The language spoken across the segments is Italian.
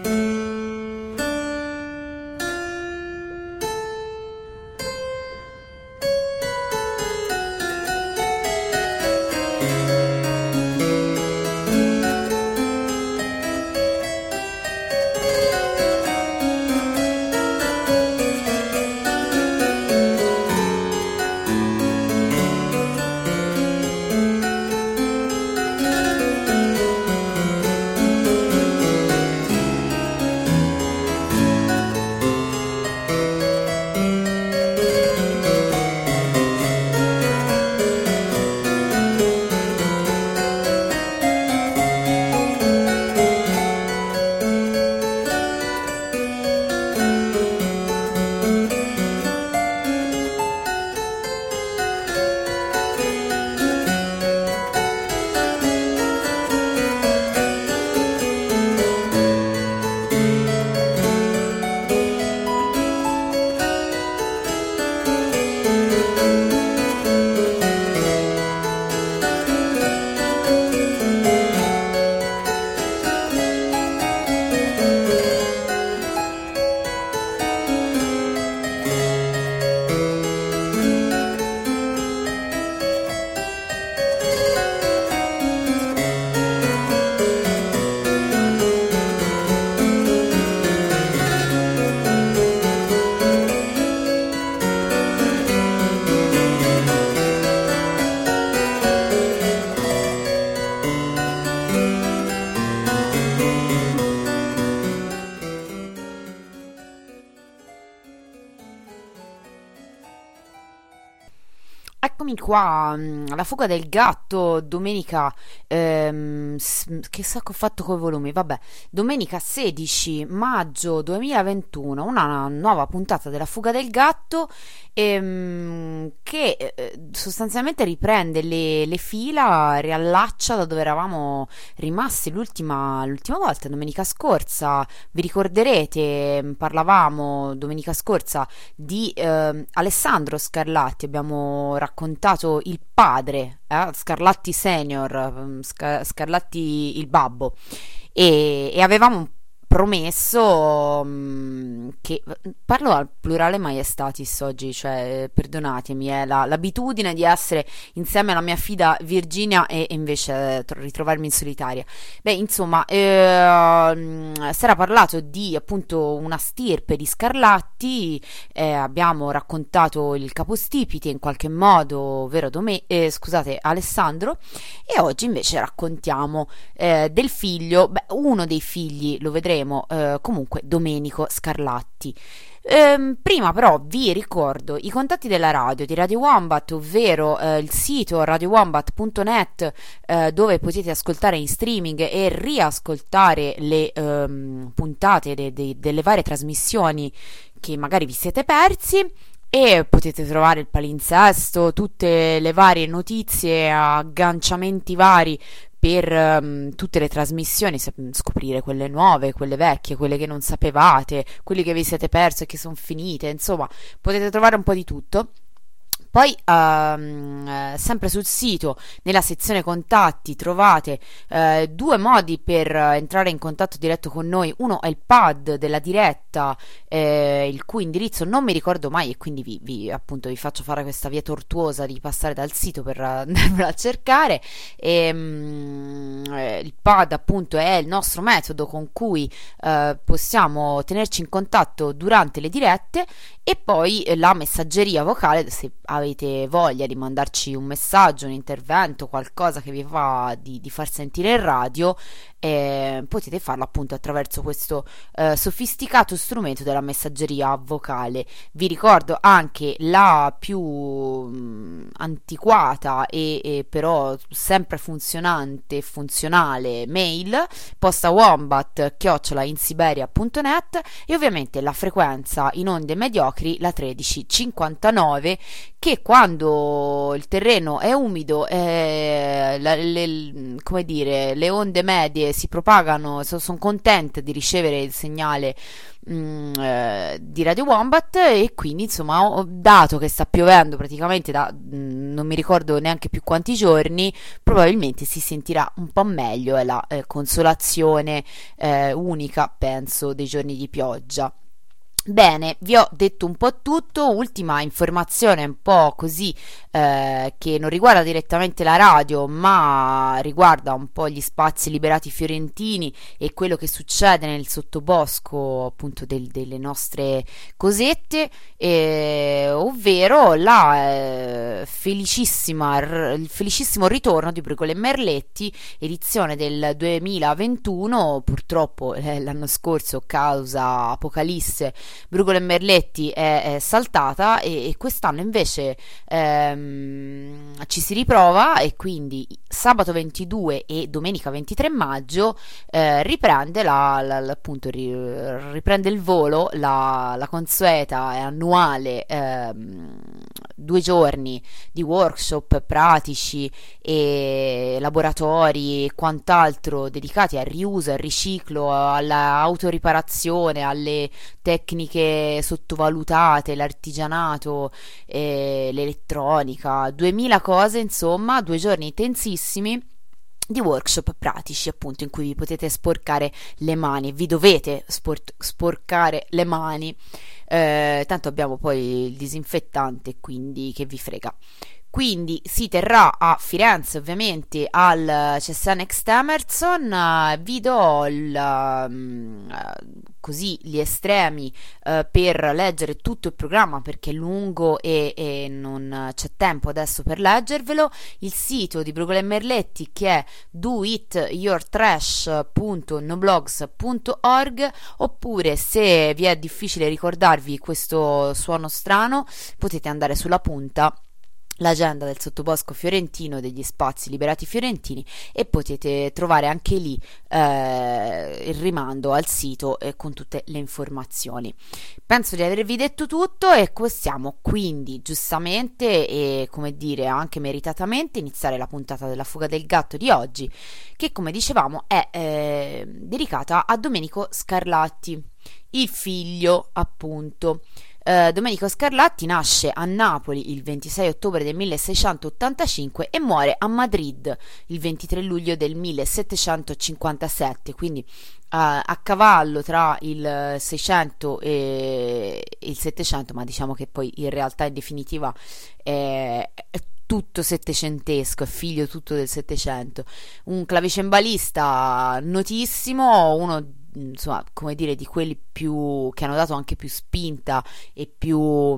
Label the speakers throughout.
Speaker 1: Eccomi qua, La fuga del gatto, domenica, che sacco ho fatto coi volumi, vabbè, domenica 16 maggio 2021, una nuova puntata della fuga del gatto, che sostanzialmente riprende le fila, riallaccia da dove eravamo rimasti l'ultima volta, domenica scorsa. Vi ricorderete, parlavamo domenica scorsa di Alessandro Scarlatti, abbiamo raccontato il padre, Scarlatti senior, Scarlatti il babbo, e avevamo promesso che parlo al plurale maiestatis oggi, cioè perdonatemi, è l'abitudine di essere insieme alla mia fida Virginia e invece ritrovarmi in solitaria. Beh, insomma, si era parlato di appunto una stirpe di Scarlatti, abbiamo raccontato il capostipite in qualche modo, ovvero scusate, Alessandro, e oggi invece raccontiamo del figlio, uno dei figli, lo vedremo, comunque Domenico Scarlatti. Prima però vi ricordo i contatti della radio, di Radio Wombat, ovvero il sito radiowombat.net, dove potete ascoltare in streaming e riascoltare le puntate delle varie trasmissioni che magari vi siete persi. E potete trovare il palinsesto, tutte le varie notizie, agganciamenti vari per tutte le trasmissioni, scoprire quelle nuove, quelle vecchie, quelle che non sapevate, quelle che vi siete persi e che sono finite, insomma, potete trovare un po' di tutto. Poi sempre sul sito, nella sezione contatti, trovate due modi per entrare in contatto diretto con noi. Uno è il pad della diretta, il cui indirizzo non mi ricordo mai, e quindi appunto vi faccio fare questa via tortuosa di passare dal sito per andarvelo a cercare. Il pad appunto è il nostro metodo con cui possiamo tenerci in contatto durante le dirette, e poi la messaggeria vocale, se avete voglia di mandarci un messaggio, un intervento, qualcosa che vi fa di far sentire in radio, potete farlo appunto attraverso questo sofisticato strumento della messaggeria vocale. Vi ricordo anche la più antiquata e però sempre funzionante e funzionale mail, postawombat@insiberia.net, e ovviamente la frequenza in onde mediocri, la 1359, che quando il terreno è umido, come dire, le onde medie si propagano, sono contente di ricevere il segnale di Radio Wombat, e quindi insomma, dato che sta piovendo praticamente da non mi ricordo neanche più quanti giorni, probabilmente si sentirà un po' meglio, è la consolazione unica, penso, dei giorni di pioggia. Bene, vi ho detto un po' tutto. Ultima informazione un po' così, che non riguarda direttamente la radio, ma riguarda un po' gli spazi liberati fiorentini e quello che succede nel sottobosco appunto delle nostre cosette, ovvero il felicissimo ritorno di Brugole e Merletti, edizione del 2021. Purtroppo l'anno scorso, causa Apocalisse, Brugole e Merletti è saltata, e quest'anno invece ci si riprova, e quindi sabato 22 e domenica 23 maggio riprende appunto riprende il volo la consueta e annuale 2 giorni di workshop pratici e laboratori e quant'altro dedicati al riuso, al riciclo, all'autoriparazione, alle tecniche sottovalutate, l'artigianato, l'elettronica, 2000 cose, insomma, 2 giorni intensissimi di workshop pratici, appunto, in cui vi potete sporcare le mani, vi dovete sporcare le mani, tanto abbiamo poi il disinfettante, quindi che vi frega. Quindi si terrà a Firenze, ovviamente, al CSN Next Emerson. Vi do così gli estremi per leggere tutto il programma, perché è lungo e non c'è tempo adesso per leggervelo. Il sito di Brugole e Merletti, che è doityourtrash.noblogs.org, oppure, se vi è difficile ricordarvi questo suono strano, potete andare sulla punta, l'agenda del sottobosco fiorentino, degli spazi liberati fiorentini, e potete trovare anche lì il rimando al sito con tutte le informazioni. Penso di avervi detto tutto, e possiamo quindi giustamente, e come dire anche meritatamente, iniziare la puntata della Fuga del Gatto di oggi, che, come dicevamo, è dedicata a Domenico Scarlatti, il figlio, appunto. Domenico Scarlatti nasce a Napoli il 26 ottobre del 1685 e muore a Madrid il 23 luglio del 1757, quindi a cavallo tra il 600 e il 700, ma diciamo che poi in realtà, in definitiva, è tutto settecentesco, è figlio tutto del Settecento. Un clavicembalista notissimo, uno, insomma, come dire, di quelli più che hanno dato anche più spinta e più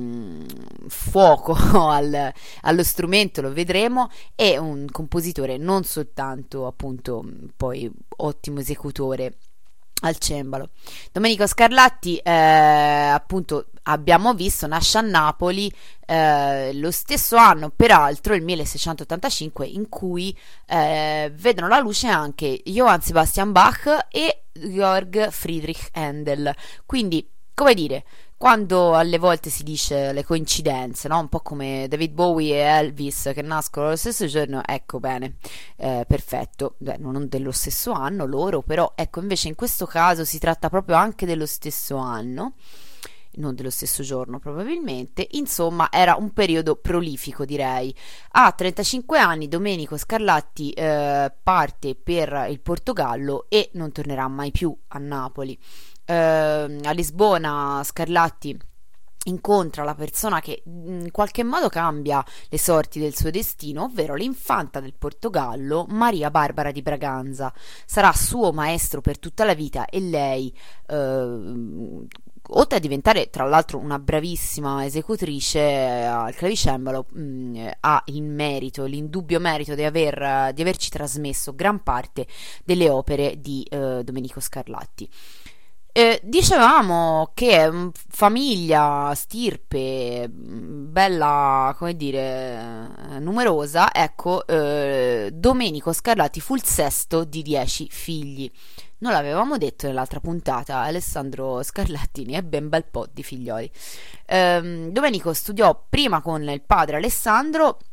Speaker 1: fuoco allo strumento, lo vedremo. È un compositore, non soltanto, appunto, poi ottimo esecutore al cembalo. Domenico Scarlatti, appunto, abbiamo visto, nasce a Napoli lo stesso anno, peraltro il 1685, in cui vedono la luce anche Johann Sebastian Bach e Georg Friedrich Händel. Quindi, come dire, quando alle volte si dice le coincidenze, no? Un po' come David Bowie e Elvis che nascono lo stesso giorno, ecco, bene, perfetto. Beh, non dello stesso anno loro, però ecco, invece in questo caso si tratta proprio anche dello stesso anno, non dello stesso giorno probabilmente. Insomma, era un periodo prolifico, direi. A 35 anni Domenico Scarlatti parte per il Portogallo e non tornerà mai più a Napoli. A Lisbona Scarlatti incontra la persona che in qualche modo cambia le sorti del suo destino, ovvero l'infanta del Portogallo, Maria Barbara di Braganza. Sarà suo maestro per tutta la vita, e lei, oltre a diventare tra l'altro una bravissima esecutrice al clavicembalo, ha il merito, l'indubbio merito di averci trasmesso gran parte delle opere di Domenico Scarlatti. Dicevamo che famiglia, stirpe bella, come dire, numerosa. Ecco, Domenico Scarlatti fu il sesto di 10 figli. Non l'avevamo detto nell'altra puntata, Alessandro Scarlatti ne ebbe un bel po' di figlioli. Domenico studiò prima con il padre Alessandro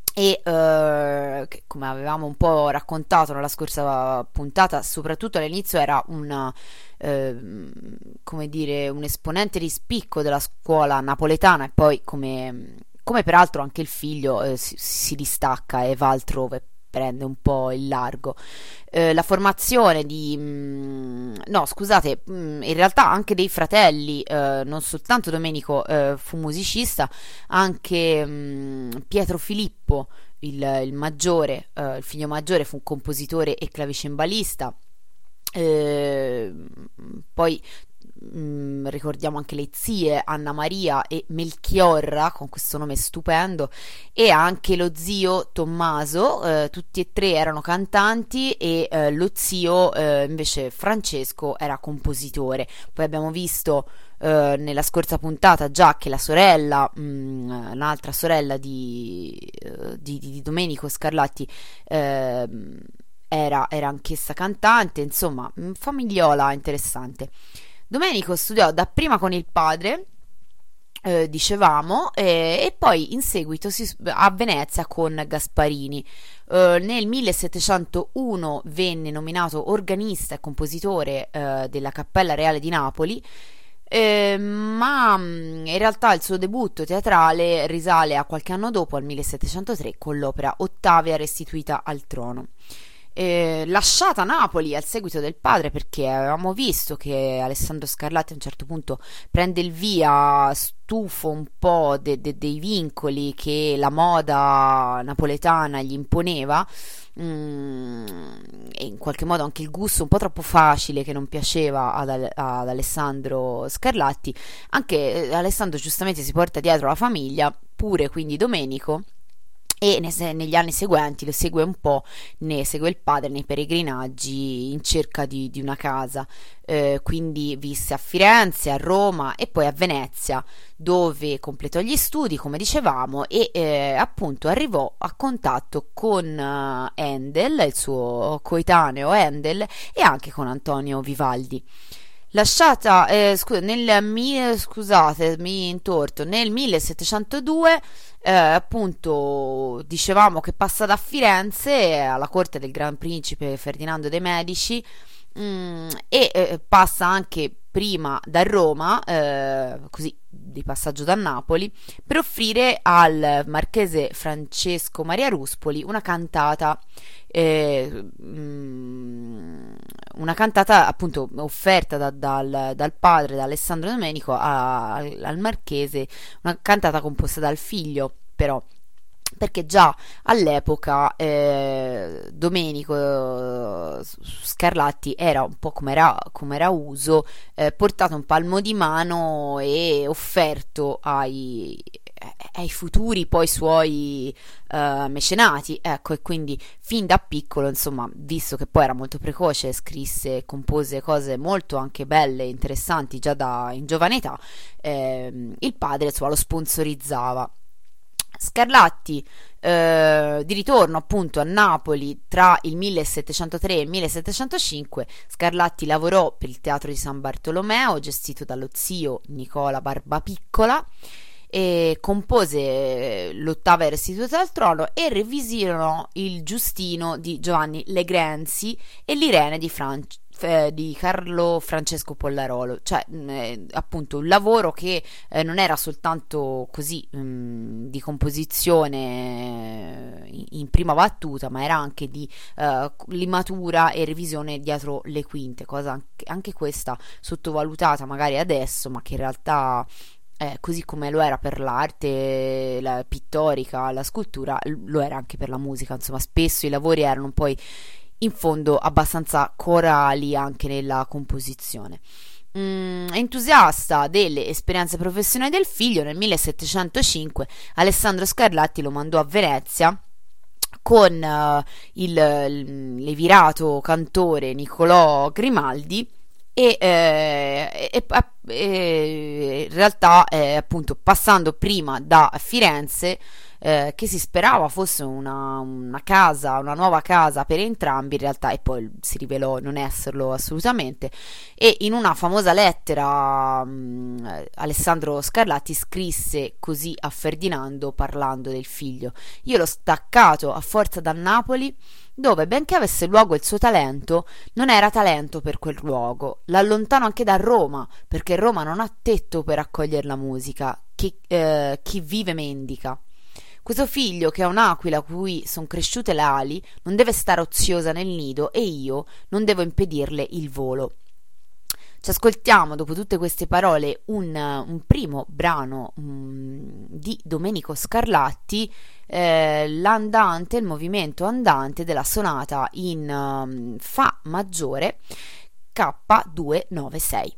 Speaker 1: e che, come avevamo un po' raccontato nella scorsa puntata, soprattutto all'inizio era eh, come dire, un esponente di spicco della scuola napoletana e poi come peraltro anche il figlio si distacca e va altrove, prende un po' il largo. La formazione di no, scusate, in realtà anche dei fratelli, non soltanto Domenico fu musicista, anche Pietro Filippo, il maggiore, il figlio maggiore, fu un compositore e clavicembalista. Eh, Poi ricordiamo anche le zie Anna Maria e Melchiorra con questo nome stupendo, e anche lo zio Tommaso, tutti e tre erano cantanti e lo zio invece Francesco era compositore. Poi abbiamo visto nella scorsa puntata già che la sorella, un'altra sorella di Domenico Scarlatti, eh, era anch'essa cantante, insomma, famigliola interessante. Domenico studiò dapprima con il padre, dicevamo, e poi in seguito a Venezia con Gasparini. Nel 1701 venne nominato organista e compositore della Cappella Reale di Napoli, ma in realtà il suo debutto teatrale risale a qualche anno dopo, al 1703, con l'opera Ottavia restituita al trono. Lasciata Napoli al seguito del padre, perché avevamo visto che Alessandro Scarlatti a un certo punto prende il via, stufo un po' dei vincoli che la moda napoletana gli imponeva, e in qualche modo anche il gusto un po' troppo facile che non piaceva ad Alessandro Scarlatti. Anche Alessandro giustamente si porta dietro la famiglia, pure quindi Domenico, e negli anni seguenti lo segue un po', ne segue il padre nei peregrinaggi in cerca di una casa. Quindi visse a Firenze, a Roma e poi a Venezia, dove completò gli studi, come dicevamo, e appunto arrivò a contatto con Handel, il suo coetaneo Handel, e anche con Antonio Vivaldi. Lasciata, scusate, mi intorto, nel 1702, appunto, dicevamo che passa da Firenze alla corte del Gran Principe Ferdinando de' Medici, e passa anche prima da Roma, così di passaggio da Napoli, per offrire al marchese Francesco Maria Ruspoli una cantata appunto offerta dal padre, da Alessandro Domenico, al marchese, una cantata composta dal figlio, però, perché già all'epoca Domenico Scarlatti era un po' come era uso, portato un palmo di mano e offerto ai futuri poi suoi mecenati, ecco. E quindi fin da piccolo, insomma, visto che poi era molto precoce, scrisse e compose cose molto anche belle e interessanti già in giovane età, il padre, insomma, lo sponsorizzava. Scarlatti, di ritorno appunto a Napoli tra il 1703 e il 1705, Scarlatti lavorò per il Teatro di San Bartolomeo, gestito dallo zio Nicola Barbapiccola, e compose l'Ottava restituita al trono e revisionò il Giustino di Giovanni Legrenzi e l'Irene di Carlo Francesco Pollarolo, cioè appunto un lavoro che non era soltanto così di composizione in prima battuta, ma era anche di limatura e revisione dietro le quinte, cosa anche questa sottovalutata magari adesso, ma che in realtà così come lo era per l'arte pittorica, la scultura, lo era anche per la musica. Insomma, spesso i lavori erano poi in fondo abbastanza corali anche nella composizione. Entusiasta delle esperienze professionali del figlio, nel 1705 Alessandro Scarlatti lo mandò a Venezia con l'evirato cantore Niccolò Grimaldi, e in realtà appunto passando prima da Firenze che si sperava fosse una casa, una nuova casa per entrambi, in realtà, e poi si rivelò non esserlo assolutamente. E in una famosa lettera Alessandro Scarlatti scrisse così a Ferdinando parlando del figlio: io l'ho staccato a forza da Napoli, dove, benché avesse luogo il suo talento, non era talento per quel luogo. L'allontano anche da Roma, perché Roma non ha tetto per accogliere la musica, che chi vive mendica. Questo figlio, che è un'aquila a cui son cresciute le ali, non deve stare oziosa nel nido, e io non devo impedirle il volo. Ci ascoltiamo, dopo tutte queste parole, un primo brano di Domenico Scarlatti, l'andante, il movimento andante della sonata in Fa maggiore K296.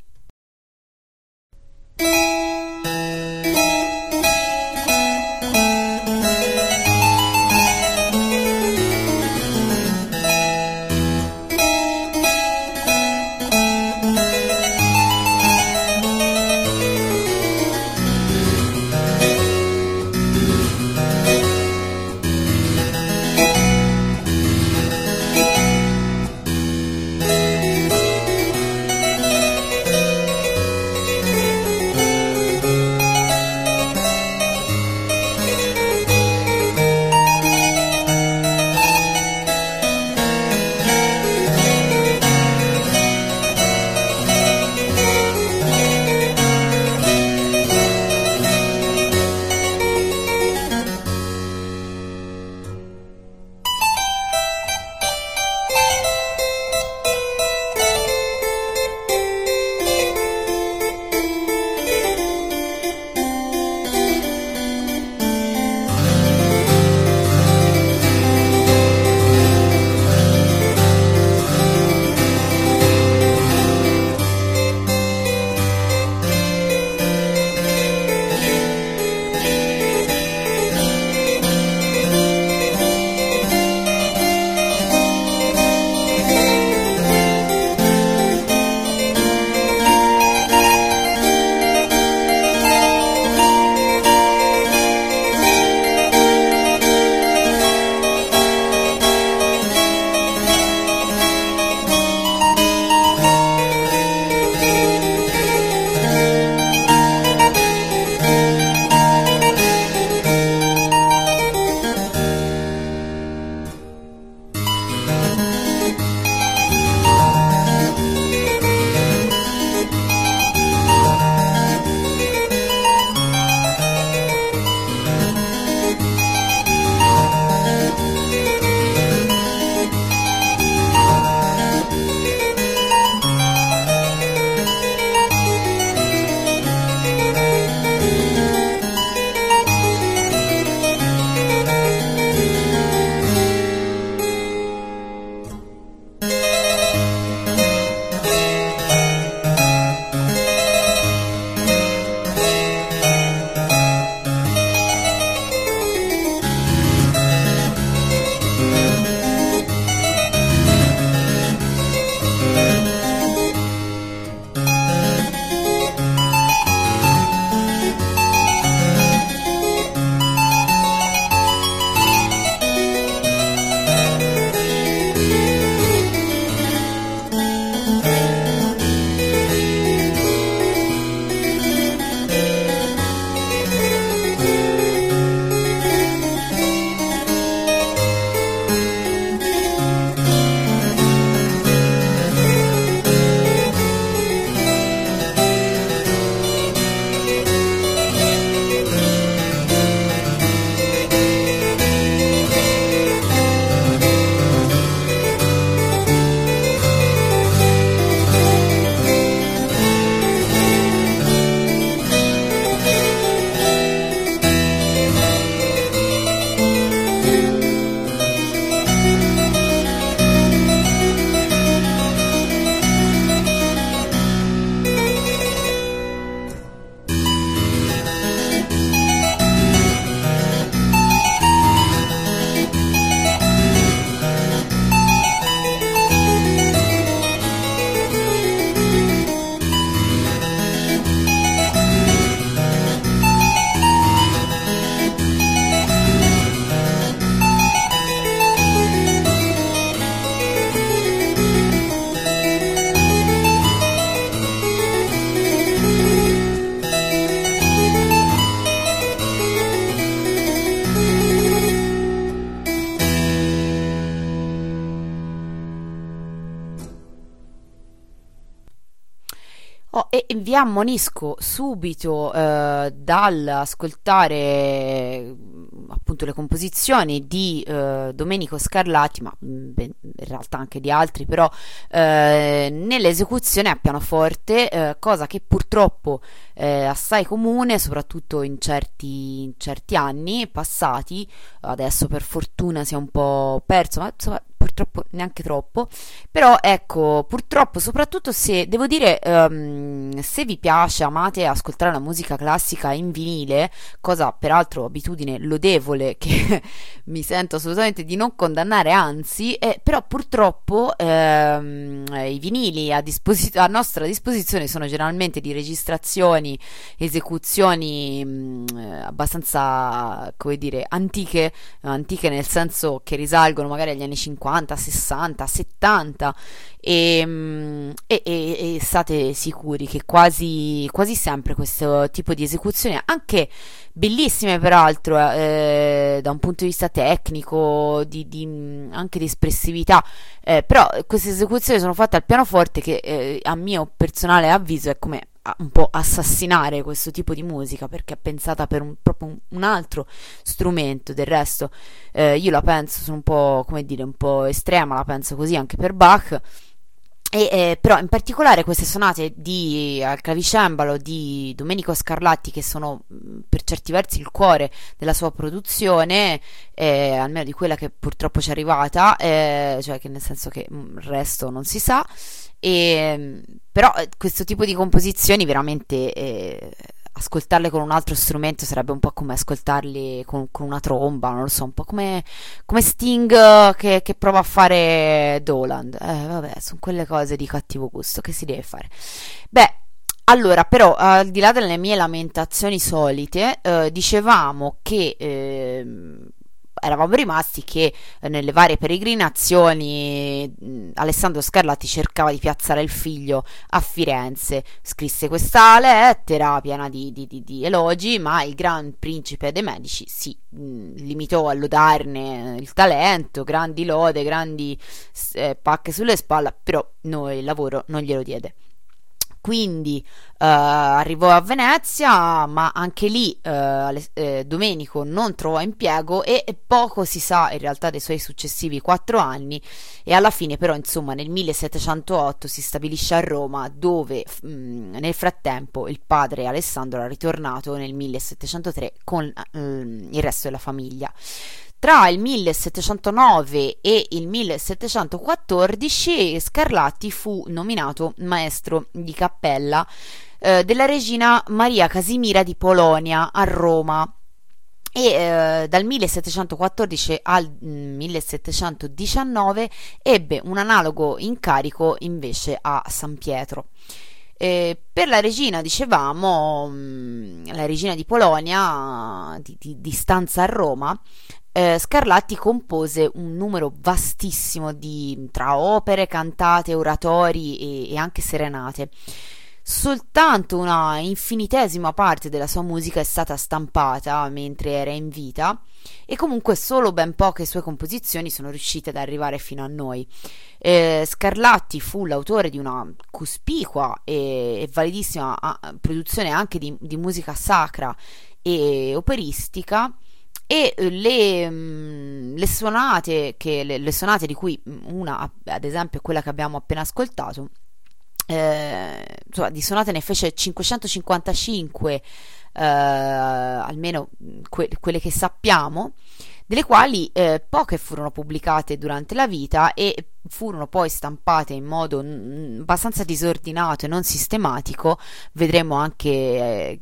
Speaker 1: Oh, e vi ammonisco subito dall'ascoltare appunto le composizioni di Domenico Scarlatti, ma beh, in realtà anche di altri, però nell'esecuzione a pianoforte, cosa che purtroppo è assai comune, soprattutto in certi anni passati. Adesso per fortuna si è un po' perso, ma insomma purtroppo neanche troppo. Però ecco, purtroppo, soprattutto se devo dire, se vi piace, amate ascoltare la musica classica in vinile, cosa peraltro abitudine lodevole che mi sento assolutamente di non condannare, anzi, però purtroppo i vinili a nostra disposizione sono generalmente di registrazioni, esecuzioni abbastanza, come dire, antiche nel senso che risalgono magari agli anni 50, 60, 70 e state sicuri che quasi sempre questo tipo di esecuzioni, anche bellissime peraltro da un punto di vista tecnico, anche di espressività, però queste esecuzioni sono fatte al pianoforte che a mio personale avviso è come un po' assassinare questo tipo di musica, perché è pensata per proprio un altro strumento. Del resto io la penso, sono un po', come dire, un po' estrema, la penso così anche per Bach. Però in particolare queste sonate al clavicembalo di Domenico Scarlatti, che sono per certi versi il cuore della sua produzione, almeno di quella che purtroppo ci è arrivata, cioè che nel senso che il resto non si sa, però questo tipo di composizioni veramente ascoltarle con un altro strumento sarebbe un po' come ascoltarli con una tromba, non lo so, un po' come Sting che prova a fare Doland. Vabbè, sono quelle cose di cattivo gusto, che si deve fare. Beh, allora, però, al di là delle mie lamentazioni solite, dicevamo che eravamo rimasti che nelle varie peregrinazioni Alessandro Scarlatti cercava di piazzare il figlio a Firenze. Scrisse questa lettera piena di elogi, ma il gran principe dei Medici si limitò a lodarne il talento, grandi lode, grandi pacche sulle spalle, però il lavoro non glielo diede. Quindi arrivò a Venezia, ma anche lì Domenico non trovò impiego e poco si sa in realtà dei suoi successivi 4 anni, e alla fine però insomma nel 1708 si stabilisce a Roma, dove nel frattempo il padre Alessandro era ritornato nel 1703 con il resto della famiglia. Tra il 1709 e il 1714 Scarlatti fu nominato maestro di cappella della regina Maria Casimira di Polonia a Roma, e dal 1714 al 1719 ebbe un analogo incarico invece a San Pietro. Per la regina, dicevamo, la regina di Polonia, di stanza a Roma, Scarlatti compose un numero vastissimo tra opere, cantate, oratori e anche serenate. Soltanto una infinitesima parte della sua musica è stata stampata mentre era in vita, e comunque solo ben poche sue composizioni sono riuscite ad arrivare fino a noi. Scarlatti fu l'autore di una cospicua e validissima produzione anche di musica sacra e operistica, e le sonate, le sonate di cui una ad esempio è quella che abbiamo appena ascoltato, insomma, di sonate ne fece 555, almeno quelle che sappiamo, delle quali poche furono pubblicate durante la vita e furono poi stampate in modo abbastanza disordinato e non sistematico. Vedremo anche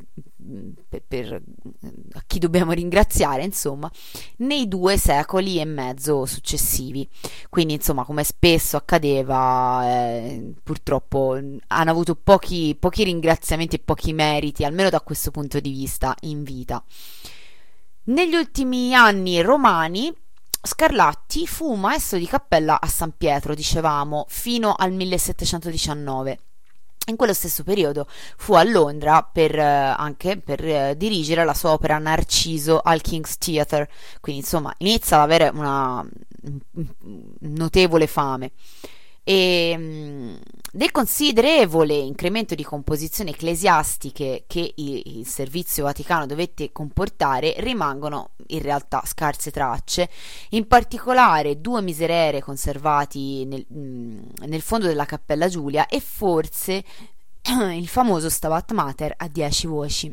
Speaker 1: a chi dobbiamo ringraziare, insomma, nei 2 secoli e mezzo successivi. Quindi, insomma, come spesso accadeva, purtroppo hanno avuto pochi ringraziamenti e pochi meriti, almeno da questo punto di vista, in vita. Negli ultimi anni romani Scarlatti fu maestro di cappella a San Pietro, dicevamo, fino al 1719. In quello stesso periodo fu a Londra anche per dirigere la sua opera Narciso al King's Theatre, quindi insomma inizia ad avere una notevole fame. E Del considerevole incremento di composizioni ecclesiastiche che il Servizio Vaticano dovette comportare rimangono in realtà scarse tracce, in particolare 2 miserere conservati nel fondo della Cappella Giulia e forse il famoso Stabat Mater a 10 voci,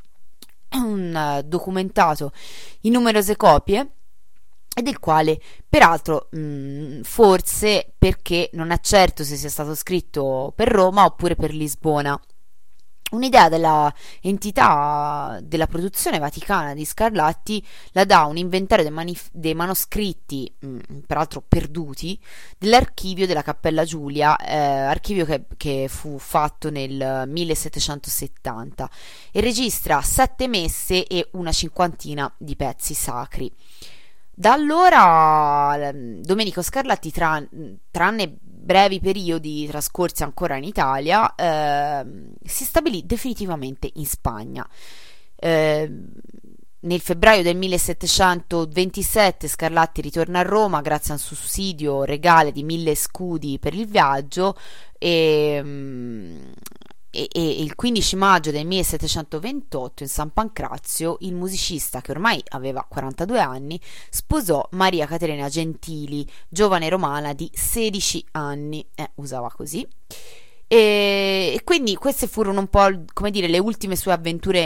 Speaker 1: documentato in numerose copie e del quale peraltro forse, perché non è certo se sia stato scritto per Roma oppure per Lisbona. Un'idea della entità della produzione vaticana di Scarlatti la dà un inventario dei manoscritti, peraltro perduti, dell'archivio della Cappella Giulia, archivio che fu fatto nel 1770 e registra 7 messe e una cinquantina di pezzi sacri. Da allora Domenico Scarlatti, tranne brevi periodi trascorsi ancora in Italia, si stabilì definitivamente in Spagna. Nel febbraio del 1727 Scarlatti ritorna a Roma grazie a un sussidio regale di 1000 scudi per il viaggio e il 15 maggio del 1728 in San Pancrazio il musicista, che ormai aveva 42 anni, sposò Maria Caterina Gentili, giovane romana di 16 anni, usava così. E quindi queste furono un po', come dire, le ultime sue avventure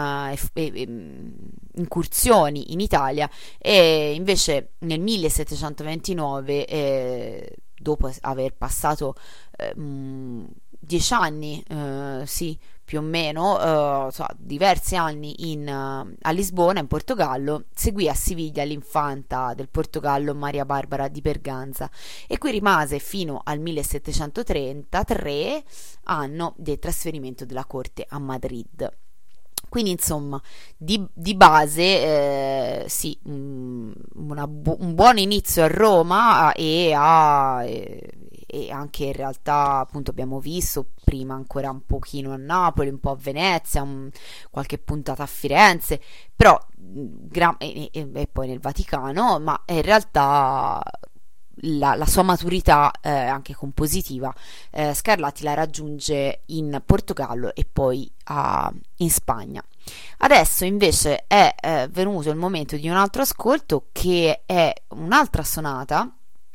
Speaker 1: incursioni in Italia, e invece nel 1729, dopo aver passato 10 anni, sì, più o meno, diversi anni a Lisbona, in Portogallo, seguì a Siviglia l'infanta del Portogallo Maria Barbara di Berganza e qui rimase fino al 1733, anno del trasferimento della corte a Madrid. Quindi insomma di base sì, un buon inizio a Roma e anche in realtà appunto abbiamo visto prima ancora un pochino a Napoli, un po' a Venezia, qualche puntata a Firenze, però e poi nel Vaticano, ma in realtà la sua maturità anche compositiva Scarlatti la raggiunge in Portogallo e poi in Spagna. Adesso invece è venuto il momento di un altro ascolto, che è un'altra sonata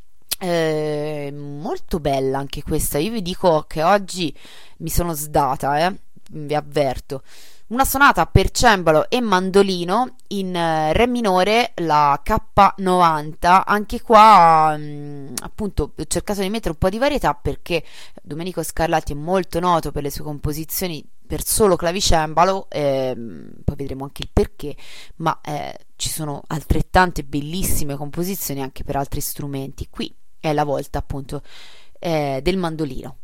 Speaker 1: molto bella anche questa. Io vi dico che oggi mi sono sdata, vi avverto. Una sonata per cembalo e mandolino in re minore, la K90. Anche qua appunto ho cercato di mettere un po' di varietà, perché Domenico Scarlatti è molto noto per le sue composizioni per solo clavicembalo, poi vedremo anche il perché, ma ci sono altrettante bellissime composizioni anche per altri strumenti. Qui è la volta appunto del mandolino.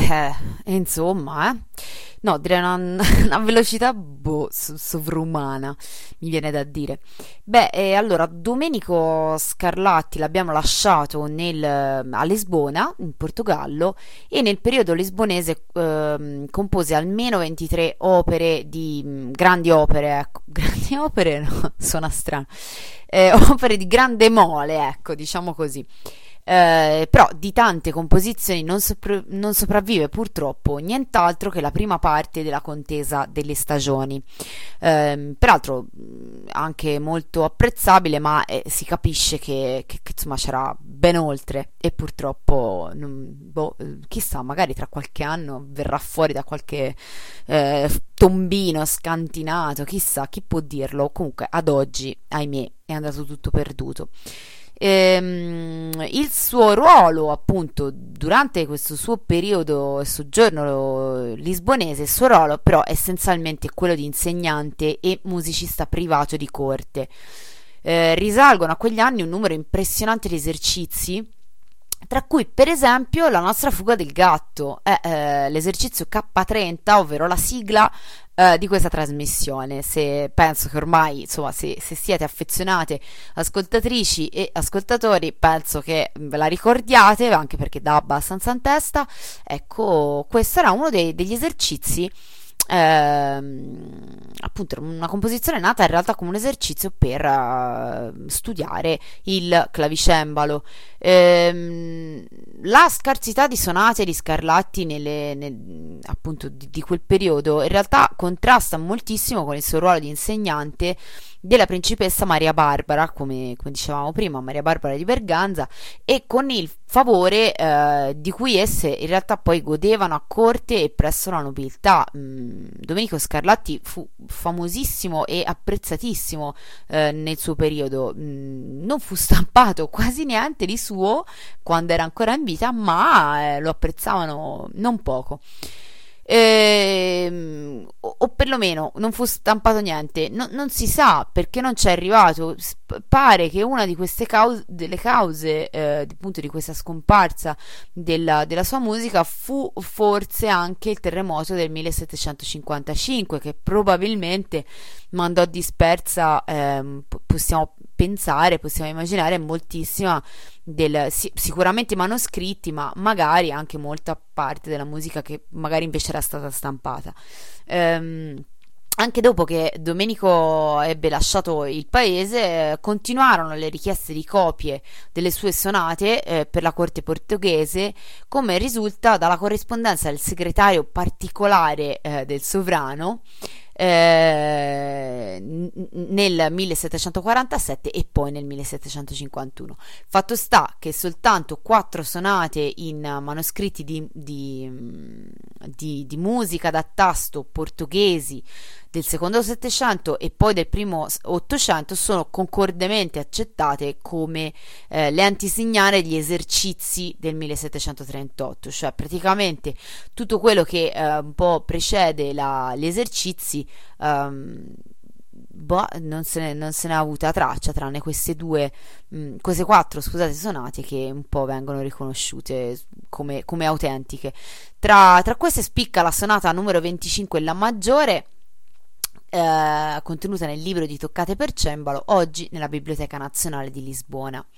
Speaker 1: insomma, no, direi una velocità sovrumana, mi viene da dire. Beh, allora, Domenico Scarlatti l'abbiamo lasciato a Lisbona, in Portogallo, e nel periodo lisbonese compose almeno 23 opere grandi opere, ecco, grandi opere, no, suona strano, opere di grande mole, ecco, diciamo così. Però di tante composizioni non sopravvive purtroppo nient'altro che la prima parte della contesa delle stagioni. Peraltro anche molto apprezzabile, ma si capisce che, insomma c'era ben oltre, e purtroppo chissà, magari tra qualche anno verrà fuori da qualche tombino scantinato, chissà, chi può dirlo. Comunque ad oggi, ahimè, è andato tutto perduto. Il suo ruolo, appunto, durante questo suo periodo soggiorno lisbonese, il suo ruolo però è essenzialmente quello di insegnante e musicista privato di corte. Risalgono a quegli anni un numero impressionante di esercizi, tra cui per esempio la nostra fuga del gatto, l'esercizio K30, ovvero la sigla di questa trasmissione. Se penso che ormai, insomma, se siete affezionate ascoltatrici e ascoltatori, penso che ve la ricordiate, anche perché dà abbastanza in testa. Ecco, questo era uno degli esercizi, appunto una composizione nata in realtà come un esercizio per studiare il clavicembalo. La scarsità di sonate di Scarlatti appunto di quel periodo in realtà contrasta moltissimo con il suo ruolo di insegnante della principessa Maria Barbara, come dicevamo prima, Maria Barbara di Berganza, e con il favore di cui esse in realtà poi godevano a corte e presso la nobiltà. Domenico Scarlatti fu famosissimo e apprezzatissimo nel suo periodo. Non fu stampato quasi niente di suo quando era ancora in vita, ma lo apprezzavano non poco. O perlomeno non fu stampato niente, non si sa perché non c'è arrivato. Pare che una di queste delle cause appunto di questa scomparsa della sua musica fu forse anche il terremoto del 1755, che probabilmente mandò dispersa, possiamo pensare, possiamo immaginare, moltissima sicuramente i manoscritti, ma magari anche molta parte della musica che magari invece era stata stampata. Anche dopo che Domenico ebbe lasciato il paese, continuarono le richieste di copie delle sue sonate per la corte portoghese, come risulta dalla corrispondenza del segretario particolare del sovrano nel 1747 e poi nel 1751. Fatto sta che soltanto 4 sonate in manoscritti di musica da tasto portoghesi del secondo Settecento e poi del primo Ottocento sono concordemente accettate come le antesignane degli esercizi del 1738, cioè praticamente tutto quello che un po' precede gli esercizi, non se ne ha avuta traccia, tranne queste 4, scusate, sonate, che un po' vengono riconosciute come autentiche. Tra queste spicca la sonata numero 25, la maggiore, contenuta nel libro di Toccate per cembalo, oggi nella Biblioteca Nazionale di Lisbona.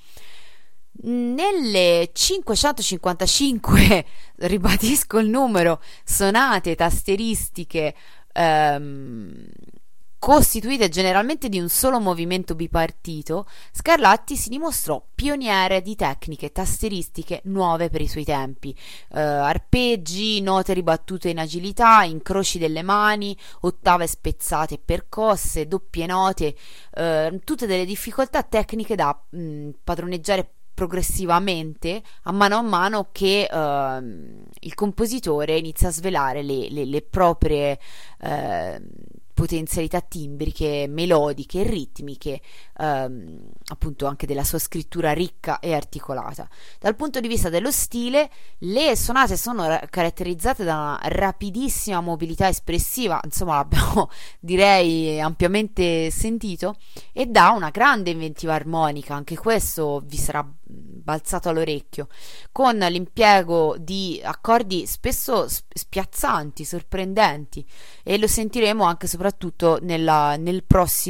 Speaker 1: Nelle 555, ribadisco il numero, sonate tastieristiche costituite generalmente di un solo movimento bipartito, Scarlatti si dimostrò pioniere di tecniche tastieristiche nuove per i suoi tempi. Arpeggi, note ribattute in agilità, incroci delle mani, ottave spezzate e percosse, doppie note, tutte delle difficoltà tecniche da padroneggiare progressivamente a mano che il compositore inizia a svelare le proprie potenzialità timbriche, melodiche e ritmiche, appunto anche della sua scrittura ricca e articolata. Dal punto di vista dello stile, le sonate sono caratterizzate da una rapidissima mobilità espressiva, insomma l'abbiamo direi ampiamente sentito, e da una grande inventiva armonica, anche questo vi sarà balzato all'orecchio, con l'impiego di accordi spesso spiazzanti, sorprendenti, e lo sentiremo anche e soprattutto nel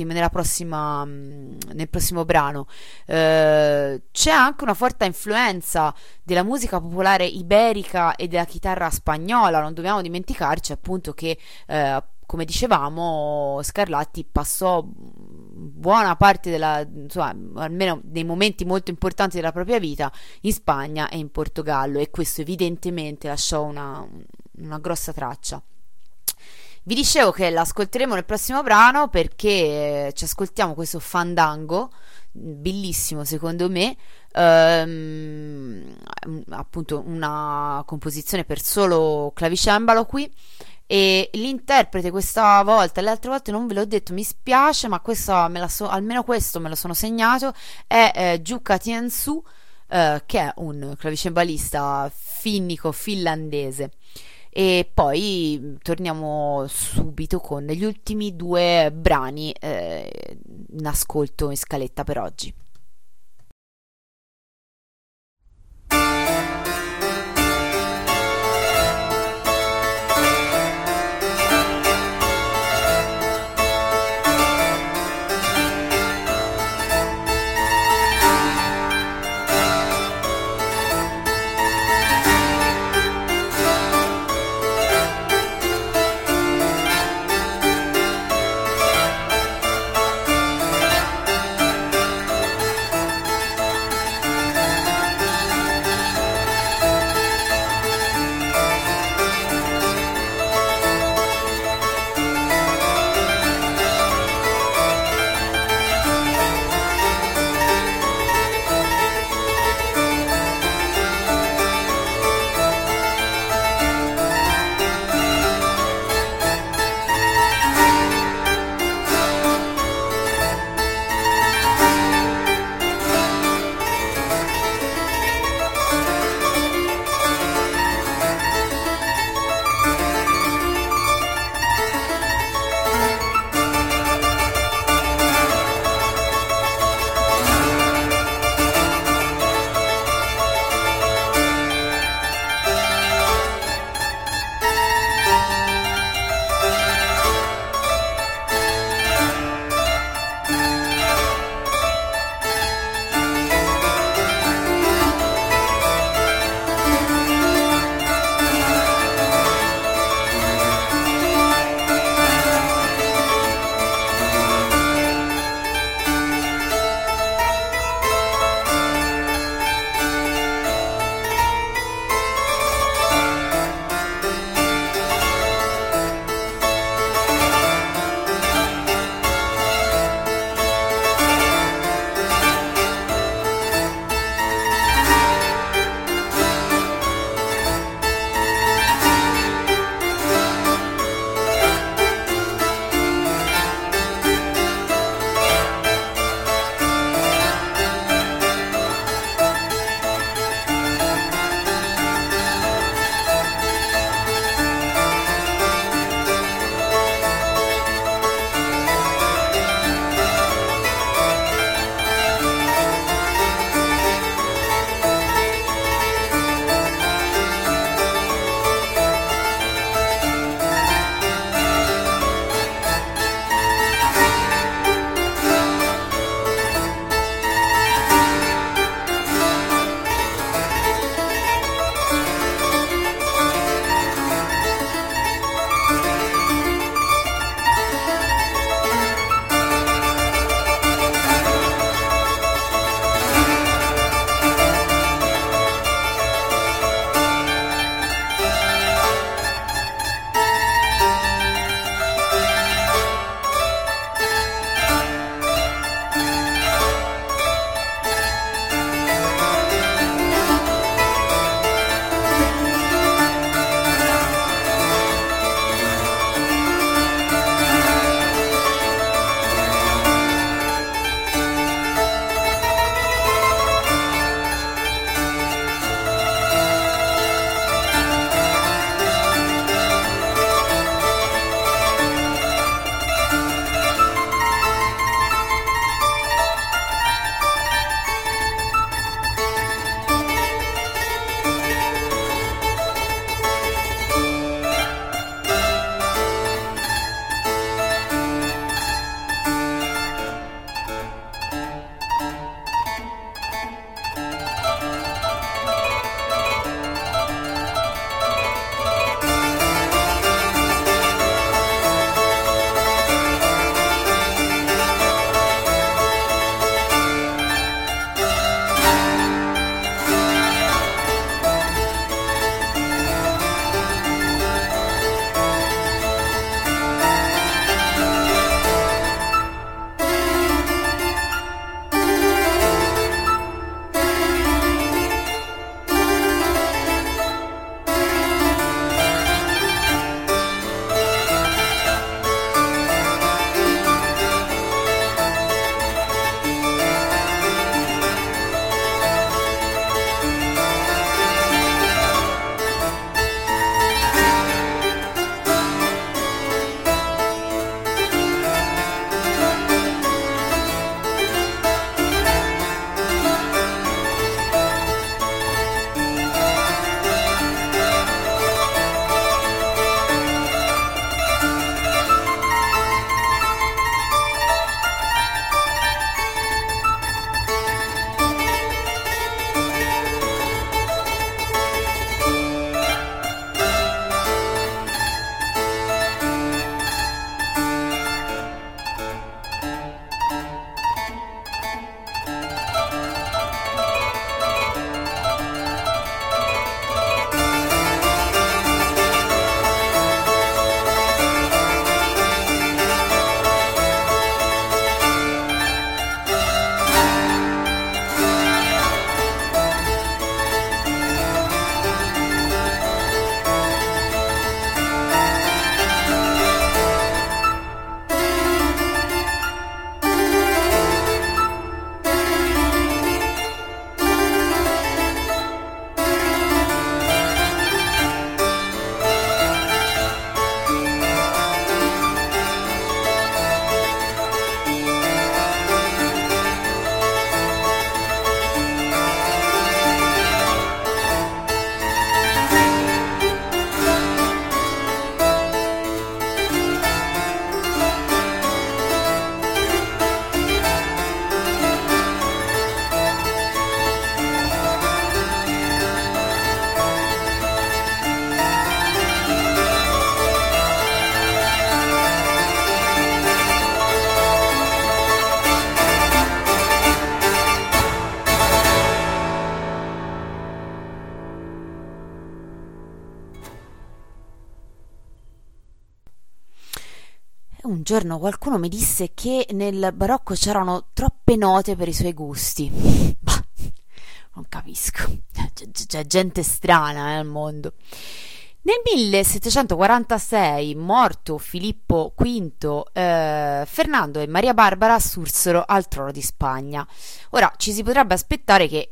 Speaker 1: prossimo brano. C'è anche una forte influenza della musica popolare iberica e della chitarra spagnola. Non dobbiamo dimenticarci appunto che come dicevamo, Scarlatti passò buona parte insomma, almeno dei momenti molto importanti della propria vita in Spagna e in Portogallo, e questo evidentemente lasciò una grossa traccia. Vi dicevo che l'ascolteremo nel prossimo brano perché ci ascoltiamo questo fandango bellissimo secondo me, appunto una composizione per solo clavicembalo qui, e l'interprete questa volta, le altre volte non ve l'ho detto, mi spiace, ma almeno questo me lo sono segnato, è Jukka Tiensu, che è un clavicembalista finnico finlandese. E poi torniamo subito con gli ultimi due brani in ascolto in scaletta per oggi. Un giorno qualcuno mi disse che nel barocco c'erano troppe note per i suoi gusti. Bah, non capisco. C'è gente strana al mondo. Nel 1746, morto Filippo V, Fernando e Maria Barbara sursero al trono di Spagna. Ora ci si potrebbe aspettare che,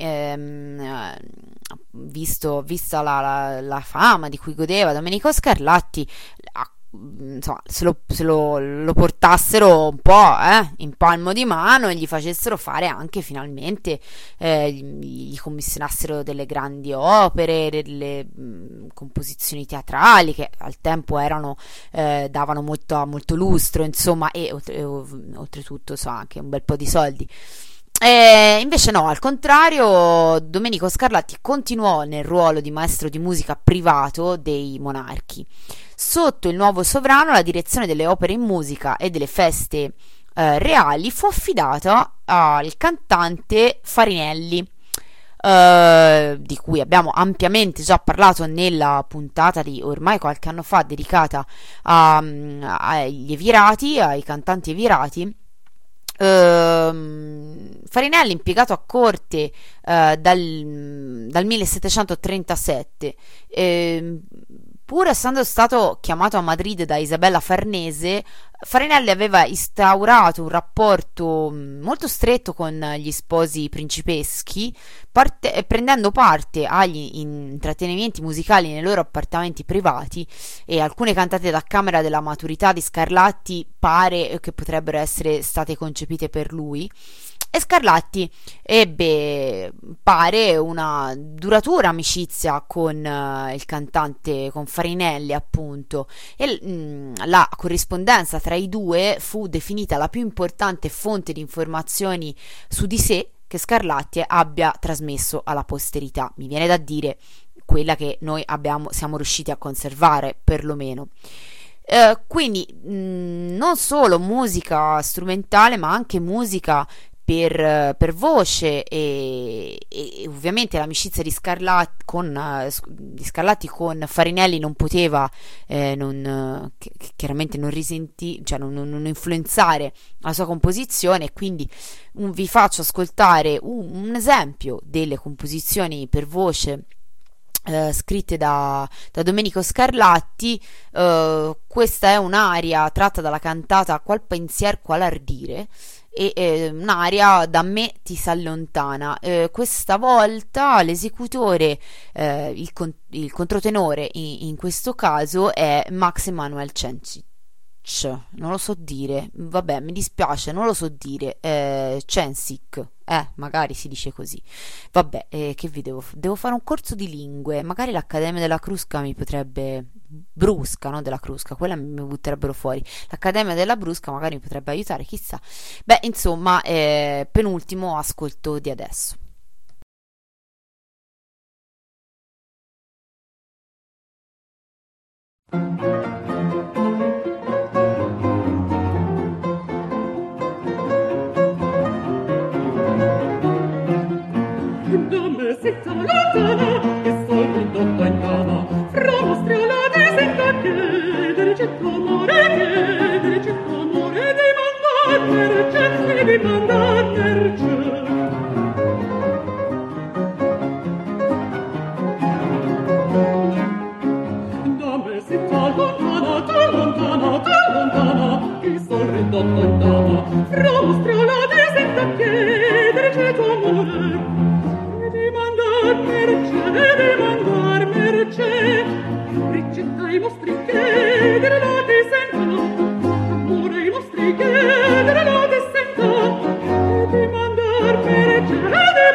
Speaker 1: vista la fama di cui godeva Domenico Scarlatti, insomma, lo portassero un po' in palmo di mano e gli facessero fare anche finalmente, gli commissionassero delle grandi opere, delle composizioni teatrali che al tempo davano molto lustro, insomma, e oltretutto anche un bel po' di soldi. Invece no, al contrario, Domenico Scarlatti continuò nel ruolo di maestro di musica privato dei monarchi. Sotto il nuovo sovrano la direzione delle opere in musica e delle feste reali fu affidata al cantante Farinelli, di cui abbiamo ampiamente già parlato nella puntata di ormai qualche anno fa dedicata agli Evirati, ai cantanti Evirati. Farinelli, impiegato a corte dal 1737, pur essendo stato chiamato a Madrid da Isabella Farnese, Farinelli aveva instaurato un rapporto molto stretto con gli sposi principeschi, prendendo parte agli intrattenimenti musicali nei loro appartamenti privati, e alcune cantate da camera della maturità di Scarlatti pare che potrebbero essere state concepite per lui. E Scarlatti ebbe, pare, una duratura amicizia con il cantante, con Farinelli appunto, e la corrispondenza tra i due fu definita la più importante fonte di informazioni su di sé che Scarlatti abbia trasmesso alla posterità. Mi viene da dire quella che noi siamo riusciti a conservare, perlomeno. Quindi non solo musica strumentale, ma anche musica per voce, e ovviamente l'amicizia di Scarlatti con Farinelli non poteva chiaramente non cioè non influenzare la sua composizione, quindi vi faccio ascoltare un esempio delle composizioni per voce scritte da Domenico Scarlatti. Questa è un'aria tratta dalla cantata Qual pensier qual ardire, e un'aria Da me ti s'allontana. Questa volta l'esecutore, il controtenore in questo caso è Max Emanuel Cencic. Non lo so dire, vabbè, mi dispiace, non lo so dire. Cencic, magari si dice così. Vabbè, che vi devo fare un corso di lingue, magari l'Accademia della Crusca mi potrebbe, Brusca, no, della Crusca, quella mi butterebbero fuori. L'Accademia della Brusca magari mi potrebbe aiutare, chissà. Beh, insomma, penultimo ascolto di adesso.
Speaker 2: Setta lontana che sol ridotto in cama fra nostri alati senta chiedere getto amore di mandar merce e di mandar merce da me setta lontana che sol ridotto in cama fra nostri alati senta chiedere getto amore ricetta i vostri chiedere la ti sento amore i vostri chiedere la ti sento di mandar merce di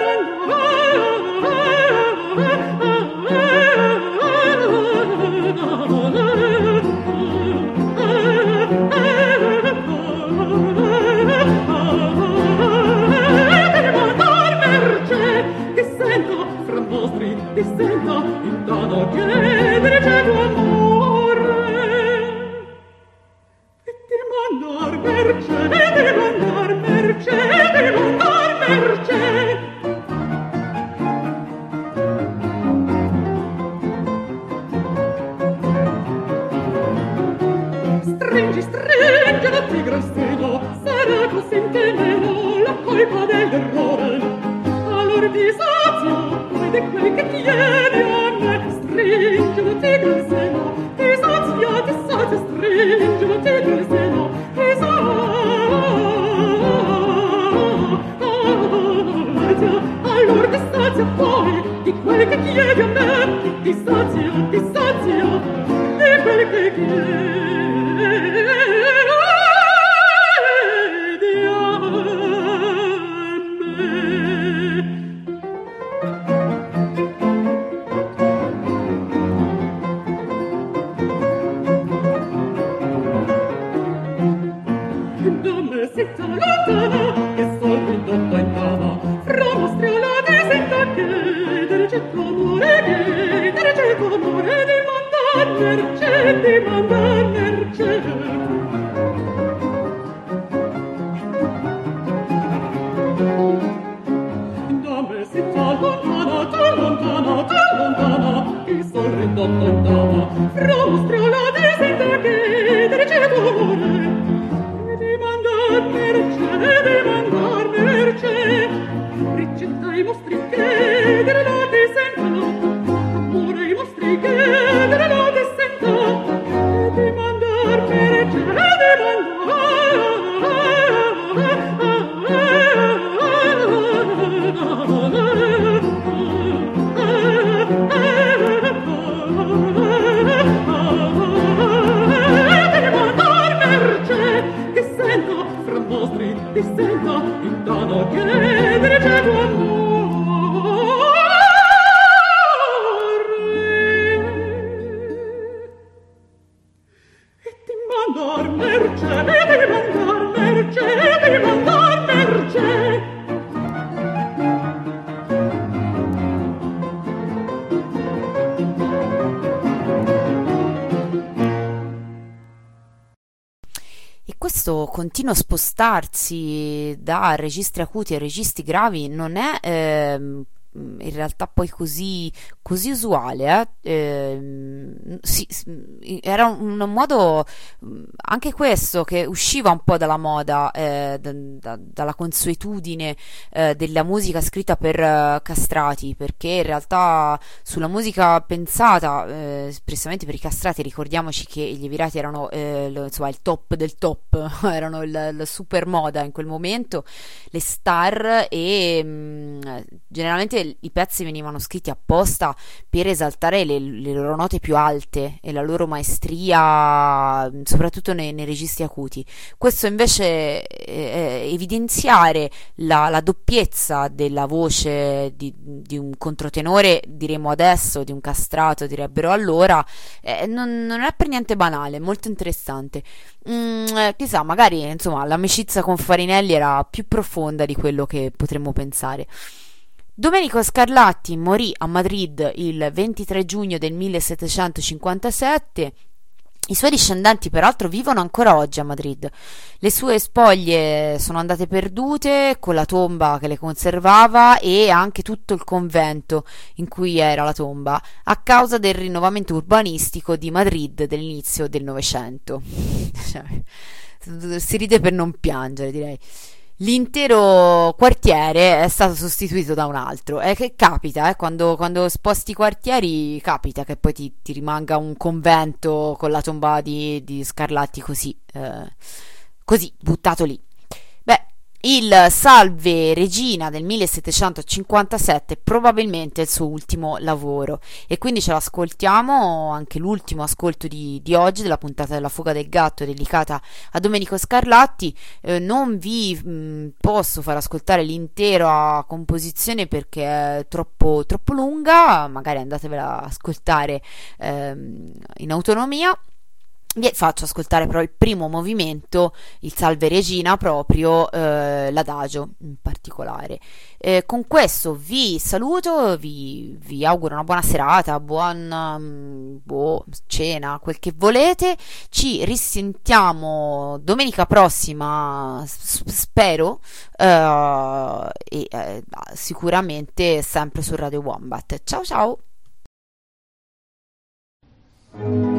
Speaker 2: ti sento intanto chiedere c'è tuo amore e ti mandar merce stringi la di quel che chiedi a me, stringiti col seno, ti sazia, stringiti col seno, ti sazia, allora ti sazia poi, di quel che chiedi a me, ti sazia, di quel che chiedi a me. Da me si lontana, che sol ridotto in cava, fra mostriolate senta chiedere, c'è tuo amore chiedere, c'è tuo amore di mandar mercè, di mandar mercè. Da me si lontana, che sol ridotto in cava, fra mostriolate senta chiedere, c'è tuo amore di mandar mercè, ricetta i mostri chiedere la ti senta, amore i mostri chiedere la ti senta, di mandar mercè, ti senta intanto chiedere c'è tuo amore e ti mandar mercè, di mandar mercè.
Speaker 1: E questo continuo spostarsi da registri acuti a registri gravi non è in realtà poi così usuale, era un modo anche questo che usciva un po' dalla moda, dalla consuetudine della musica scritta per castrati, perché in realtà sulla musica pensata espressamente per i castrati, ricordiamoci che gli Evirati erano insomma il top del top, erano la super moda in quel momento, le star, e generalmente i pezzi venivano scritti apposta per esaltare le loro note più alte e la loro maestria, soprattutto nei registri acuti. Questo invece evidenziare la doppiezza della voce di un controtenore, diremo adesso, di un castrato direbbero allora, non è per niente banale, è molto interessante. Chissà, magari insomma l'amicizia con Farinelli era più profonda di quello che potremmo pensare. Domenico Scarlatti morì a Madrid il 23 giugno del 1757. I suoi discendenti peraltro vivono ancora oggi a Madrid. Le sue spoglie sono andate perdute con la tomba che le conservava e anche tutto il convento in cui era la tomba, a causa del rinnovamento urbanistico di Madrid dell'inizio del Novecento. Si ride per non piangere, direi. L'intero quartiere è stato sostituito da un altro, che capita, quando sposti i quartieri capita che poi ti rimanga un convento con la tomba di Scarlatti così buttato lì. Beh, il Salve Regina del 1757 probabilmente è il suo ultimo lavoro, e quindi ce l'ascoltiamo, anche l'ultimo ascolto di oggi, della puntata della Fuga del Gatto dedicata a Domenico Scarlatti. Non vi posso far ascoltare l'intera composizione perché è troppo lunga, magari andatevela a ascoltare in autonomia. Vi faccio ascoltare però il primo movimento, il Salve Regina, proprio l'adagio in particolare. Con questo vi saluto, vi auguro una buona serata, buon cena, quel che volete. Ci risentiamo domenica prossima, spero, sicuramente sempre su Radio Wombat. Ciao ciao!